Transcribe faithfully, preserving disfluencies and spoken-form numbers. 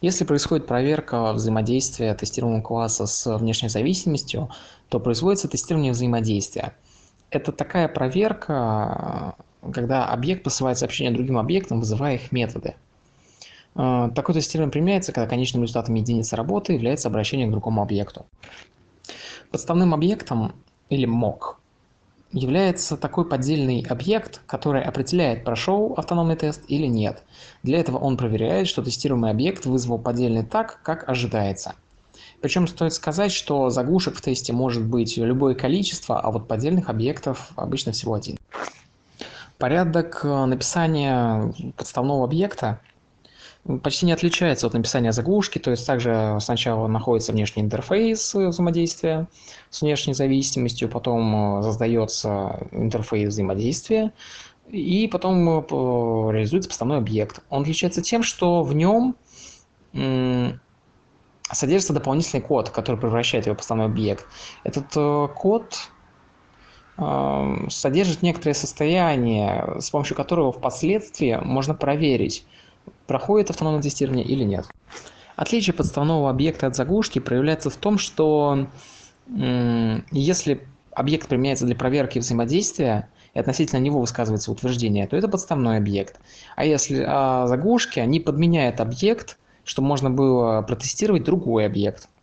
Если происходит проверка взаимодействия тестируемого класса с внешней зависимостью, то производится тестирование взаимодействия. Это такая проверка, когда объект посылает сообщение другим объектам, вызывая их методы. Э, Такое тестирование применяется, когда конечным результатом единицы работы является обращение к другому объекту. Подставным объектом или мок является такой поддельный объект, который определяет, прошел автономный тест или нет. Для этого он проверяет, что тестируемый объект вызвал поддельный так, как ожидается. Причем стоит сказать, что заглушек в тесте может быть любое количество, а вот поддельных объектов обычно всего один. Порядок написания подставного объекта почти не отличается от написания заглушки, то есть также сначала находится внешний интерфейс взаимодействия с внешней зависимостью, потом создается интерфейс взаимодействия, и потом реализуется подставной объект. Он отличается тем, что в нем содержится дополнительный код, который превращает его в подставной объект. Этот код содержит некоторое состояние, с помощью которого впоследствии можно проверить, проходит автономное тестирование или нет. Отличие подставного объекта от заглушки проявляется в том, что если объект применяется для проверки взаимодействия и относительно него высказывается утверждение, то это подставной объект. А если а заглушки, они подменяют объект, чтобы можно было протестировать другой объект.